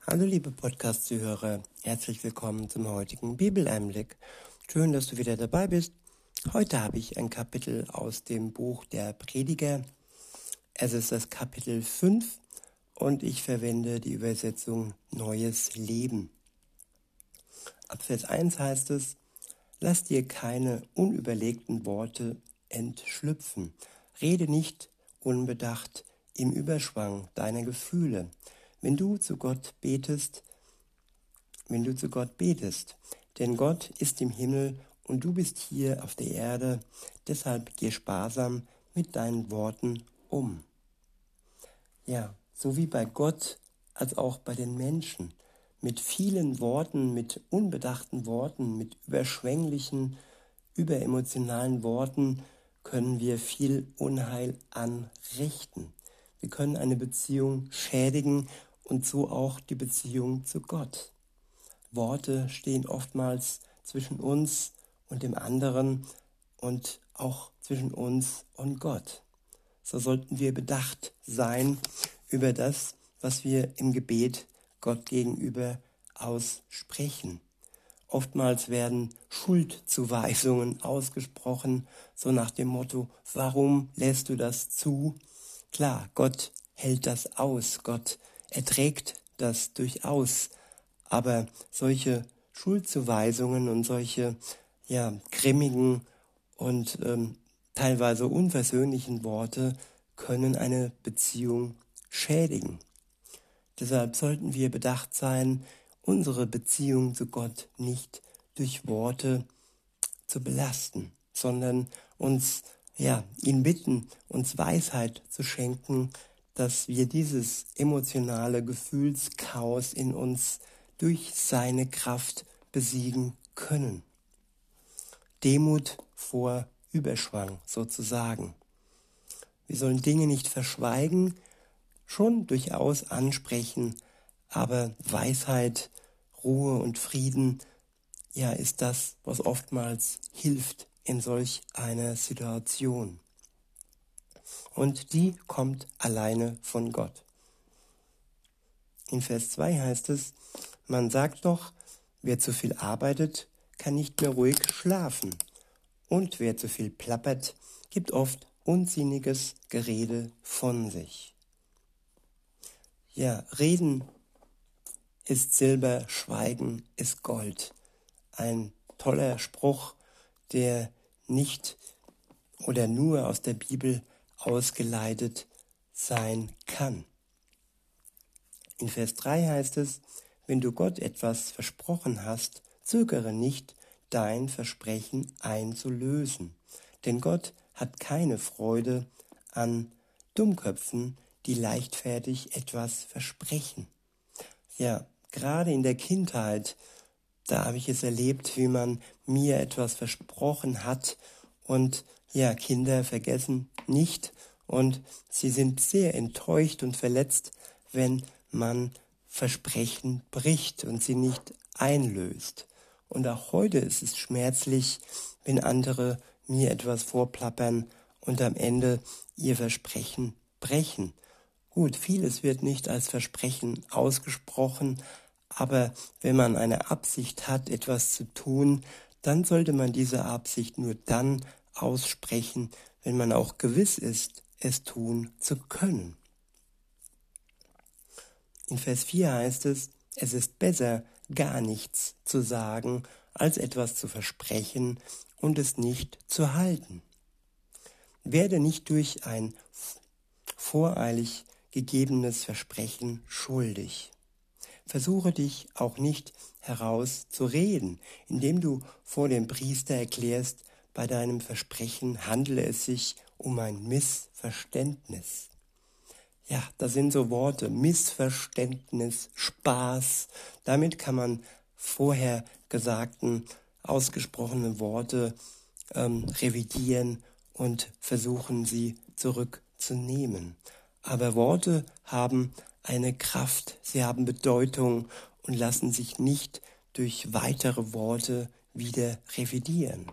Hallo liebe Podcast-Zuhörer, herzlich willkommen zum heutigen Bibeleinblick. Schön, dass du wieder dabei bist. Heute habe ich ein Kapitel aus dem Buch der Prediger. Es ist das Kapitel 5 und ich verwende die Übersetzung Neues Leben. Ab Vers 1 heißt es: Lass dir keine unüberlegten Worte entschlüpfen. Rede nicht unbedacht im Überschwang deiner Gefühle. Wenn du zu Gott betest, denn Gott ist im Himmel und du bist hier auf der Erde, deshalb geh sparsam mit deinen Worten um. Ja, so wie bei Gott als auch bei den Menschen. Mit vielen Worten, mit unbedachten Worten, mit überschwänglichen, überemotionalen Worten können wir viel Unheil anrichten. Wir können eine Beziehung schädigen und so auch die Beziehung zu Gott. Worte stehen oftmals zwischen uns und dem anderen und auch zwischen uns und Gott. So sollten wir bedacht sein über das, was wir im Gebet Gott gegenüber aussprechen. Oftmals werden Schuldzuweisungen ausgesprochen, so nach dem Motto: Warum lässt du das zu? Klar, Gott hält das aus, Gott erträgt das durchaus, aber solche Schuldzuweisungen und solche grimmigen und teilweise unversöhnlichen Worte können eine Beziehung schädigen. Deshalb sollten wir bedacht sein, unsere Beziehung zu Gott nicht durch Worte zu belasten, sondern ihn bitten, uns Weisheit zu schenken, dass wir dieses emotionale Gefühlschaos in uns durch seine Kraft besiegen können. Demut vor Überschwang sozusagen. Wir sollen Dinge nicht verschweigen, schon durchaus ansprechen, aber Weisheit, Ruhe und Frieden, ist das, was oftmals hilft in solch einer Situation. Und die kommt alleine von Gott. In Vers 2 heißt es: Man sagt doch, wer zu viel arbeitet, kann nicht mehr ruhig schlafen. Und wer zu viel plappert, gibt oft unsinniges Gerede von sich. Ja, Reden ist Silber, Schweigen ist Gold. Ein toller Spruch, der nicht oder nur aus der Bibel ausgeleitet sein kann. In Vers 3 heißt es: Wenn du Gott etwas versprochen hast, zögere nicht, dein Versprechen einzulösen. Denn Gott hat keine Freude an Dummköpfen, die leichtfertig etwas versprechen. Ja, gerade in der Kindheit, da habe ich es erlebt, wie man mir etwas versprochen hat und Kinder vergessen nicht und sie sind sehr enttäuscht und verletzt, wenn man Versprechen bricht und sie nicht einlöst. Und auch heute ist es schmerzlich, wenn andere mir etwas vorplappern und am Ende ihr Versprechen brechen. Gut, vieles wird nicht als Versprechen ausgesprochen, aber wenn man eine Absicht hat, etwas zu tun, dann sollte man diese Absicht nur dann aussprechen, wenn man auch gewiss ist, es tun zu können. In Vers 4 heißt es: Es ist besser, gar nichts zu sagen, als etwas zu versprechen und es nicht zu halten. Werde nicht durch ein voreilig gegebenes Versprechen schuldig. Versuche dich auch nicht herauszureden, indem du vor dem Priester erklärst, bei deinem Versprechen handele es sich um ein Missverständnis. Ja, das sind so Worte: Missverständnis, Spaß. Damit kann man vorher gesagten, ausgesprochene Worte revidieren und versuchen, sie zurückzunehmen. Aber Worte haben eine Kraft, sie haben Bedeutung und lassen sich nicht durch weitere Worte wieder revidieren.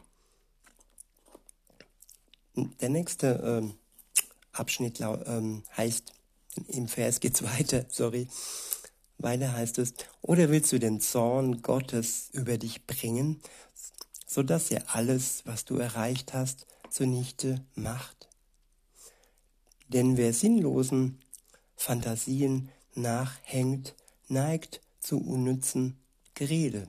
Der nächste Abschnitt heißt, im Vers geht's weiter, Weiter heißt es, oder willst du den Zorn Gottes über dich bringen, sodass er alles, was du erreicht hast, zunichte macht? Denn wer sinnlosen Fantasien nachhängt, neigt zu unnützem Gerede.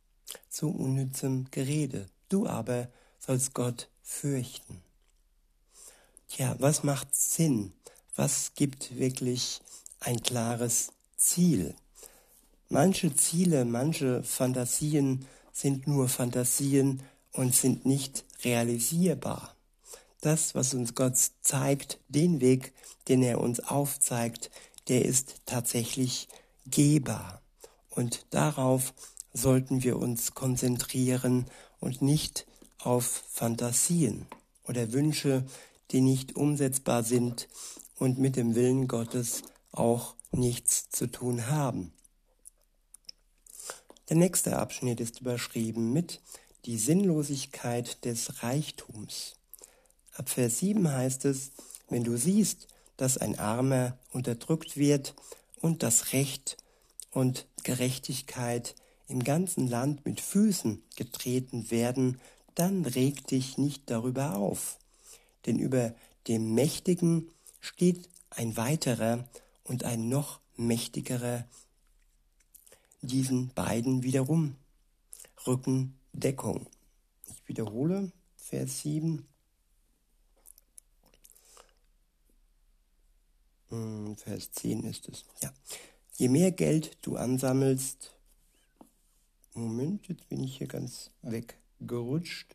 Du aber sollst Gott fürchten. Tja, was macht Sinn? Was gibt wirklich ein klares Ziel? Manche Ziele, manche Fantasien sind nur Fantasien und sind nicht realisierbar. Das, was uns Gott zeigt, den Weg, den er uns aufzeigt, der ist tatsächlich gehbar. Und darauf sollten wir uns konzentrieren und nicht auf Fantasien oder Wünsche, die nicht umsetzbar sind und mit dem Willen Gottes auch nichts zu tun haben. Der nächste Abschnitt ist überschrieben mit die Sinnlosigkeit des Reichtums. Ab Vers 7 heißt es, wenn du siehst, dass ein Armer unterdrückt wird und das Recht und Gerechtigkeit im ganzen Land mit Füßen getreten werden, dann reg dich nicht darüber auf. Denn über dem Mächtigen steht ein weiterer und ein noch mächtigerer, diesen beiden wiederum Rückendeckung. Ich wiederhole, Vers 7. Vers 10 ist es. Ja. Je mehr Geld du ansammelst, Moment, jetzt bin ich hier ganz weggerutscht.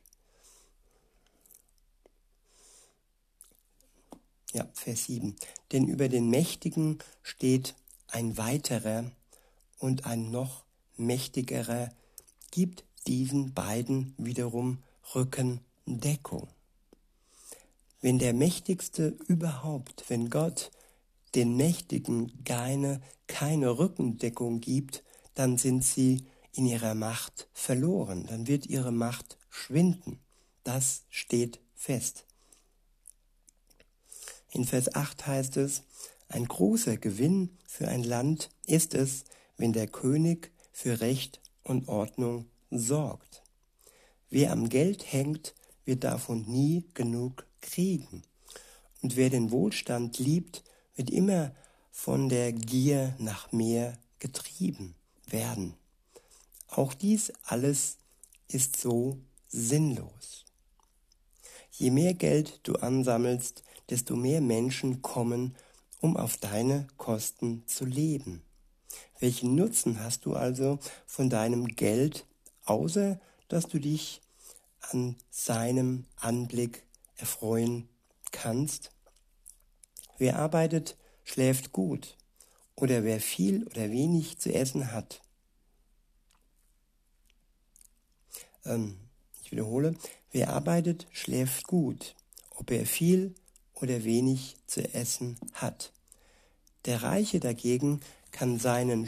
Ja, Vers 7. Denn über den Mächtigen steht ein weiterer und ein noch mächtigerer, gibt diesen beiden wiederum Rückendeckung. Wenn der Mächtigste überhaupt, wenn Gott den Mächtigen keine Rückendeckung gibt, dann sind sie in ihrer Macht verloren. Dann wird ihre Macht schwinden. Das steht fest. In Vers 8 heißt es, ein großer Gewinn für ein Land ist es, wenn der König für Recht und Ordnung sorgt. Wer am Geld hängt, wird davon nie genug kriegen. Und wer den Wohlstand liebt, wird immer von der Gier nach mehr getrieben werden. Auch dies alles ist so sinnlos. Je mehr Geld du ansammelst, desto mehr Menschen kommen, um auf deine Kosten zu leben. Welchen Nutzen hast du also von deinem Geld, außer dass du dich an seinem Anblick erfreuen kannst? Wer arbeitet, schläft gut, oder wer viel oder wenig zu essen hat. Ich wiederhole, wer arbeitet, schläft gut, ob er viel oder wenig zu essen hat. Der Reiche dagegen kann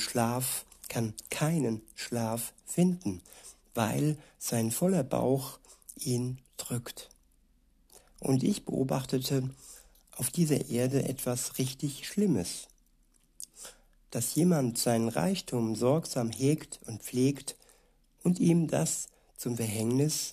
keinen Schlaf finden, weil sein voller Bauch ihn drückt. Und ich beobachtete auf dieser Erde etwas richtig Schlimmes. Dass jemand seinen Reichtum sorgsam hegt und pflegt und ihm das zum Verhängnis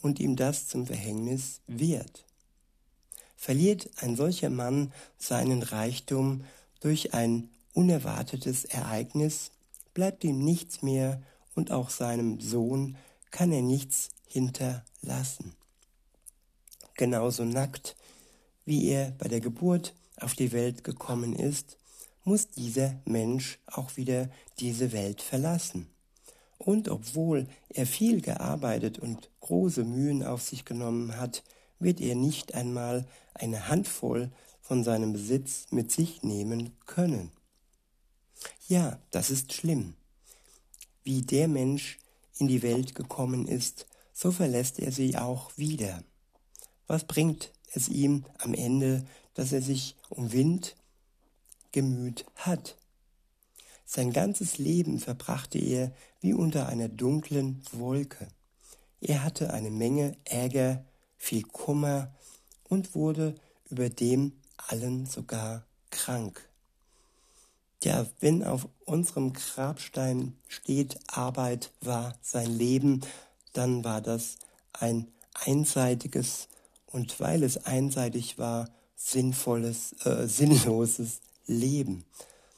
wird. Verliert ein solcher Mann seinen Reichtum durch ein unerwartetes Ereignis, bleibt ihm nichts mehr und auch seinem Sohn kann er nichts hinterlassen. Genauso nackt, wie er bei der Geburt auf die Welt gekommen ist, muss dieser Mensch auch wieder diese Welt verlassen. Und obwohl er viel gearbeitet und große Mühen auf sich genommen hat, wird er nicht einmal eine Handvoll von seinem Besitz mit sich nehmen können. Ja, das ist schlimm. Wie der Mensch in die Welt gekommen ist, so verlässt er sie auch wieder. Was bringt es ihm am Ende, dass er sich um Wind gemüht hat? Sein ganzes Leben verbrachte er wie unter einer dunklen Wolke. Er hatte eine Menge Ärger, viel Kummer und wurde über dem allen sogar krank. Ja, wenn auf unserem Grabstein steht, Arbeit war sein Leben, dann war das ein einseitiges und weil es einseitig war, sinnloses Leben.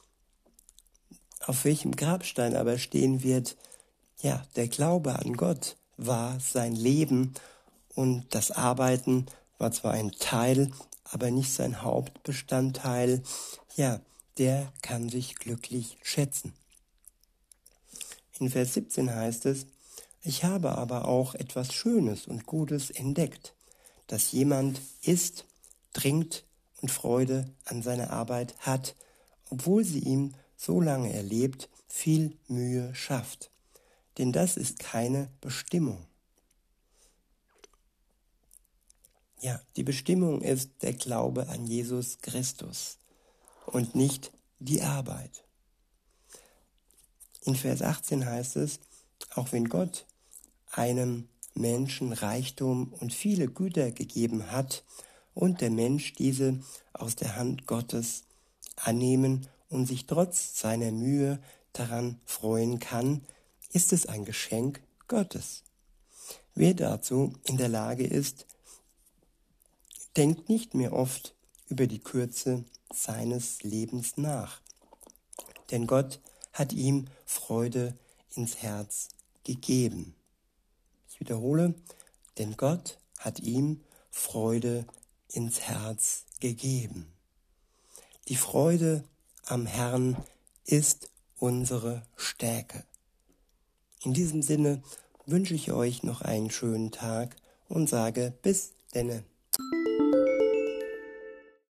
Auf welchem Grabstein aber stehen wird, ja, der Glaube an Gott war sein Leben und das Arbeiten war zwar ein Teil, aber nicht sein Hauptbestandteil. Ja, der kann sich glücklich schätzen. In Vers 17 heißt es, ich habe aber auch etwas Schönes und Gutes entdeckt, dass jemand isst, trinkt und Freude an seiner Arbeit hat, obwohl sie ihm, solange er lebt, viel Mühe schafft. Denn das ist keine Bestimmung. Ja, die Bestimmung ist der Glaube an Jesus Christus und nicht die Arbeit. In Vers 18 heißt es, auch wenn Gott einem Menschen Reichtum und viele Güter gegeben hat und der Mensch diese aus der Hand Gottes annehmen und sich trotz seiner Mühe daran freuen kann, ist es ein Geschenk Gottes. Wer dazu in der Lage ist, denkt nicht mehr oft über die Kürze seines Lebens nach. Denn Gott hat ihm Freude ins Herz gegeben. Ich wiederhole, denn Gott hat ihm Freude ins Herz gegeben. Die Freude am Herrn ist unsere Stärke. In diesem Sinne wünsche ich euch noch einen schönen Tag und sage bis denne.